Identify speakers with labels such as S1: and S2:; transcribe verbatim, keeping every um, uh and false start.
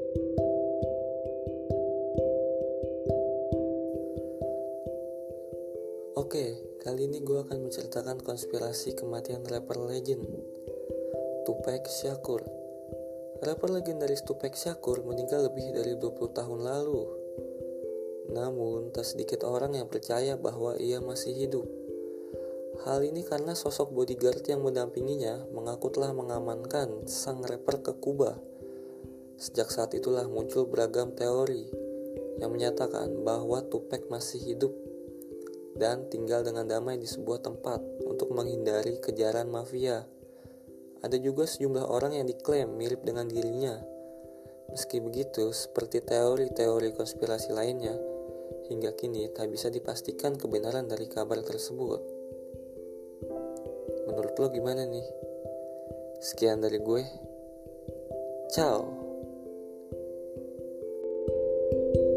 S1: Oke, kali ini gue akan menceritakan konspirasi kematian rapper legend Tupac Shakur. Rapper legendaris Tupac Shakur meninggal lebih dari dua puluh tahun lalu. Namun, tak sedikit orang yang percaya bahwa ia masih hidup. Hal ini karena sosok bodyguard yang mendampinginya mengaku telah mengamankan sang rapper ke Kuba. Sejak saat itulah muncul beragam teori yang menyatakan bahwa Tupac masih hidup dan tinggal dengan damai di sebuah tempat untuk menghindari kejaran mafia. Ada juga sejumlah orang yang diklaim mirip dengan dirinya. Meski begitu, seperti teori-teori konspirasi lainnya, hingga kini tak bisa dipastikan kebenaran dari kabar tersebut. Menurut lo gimana nih? Sekian dari gue. Ciao.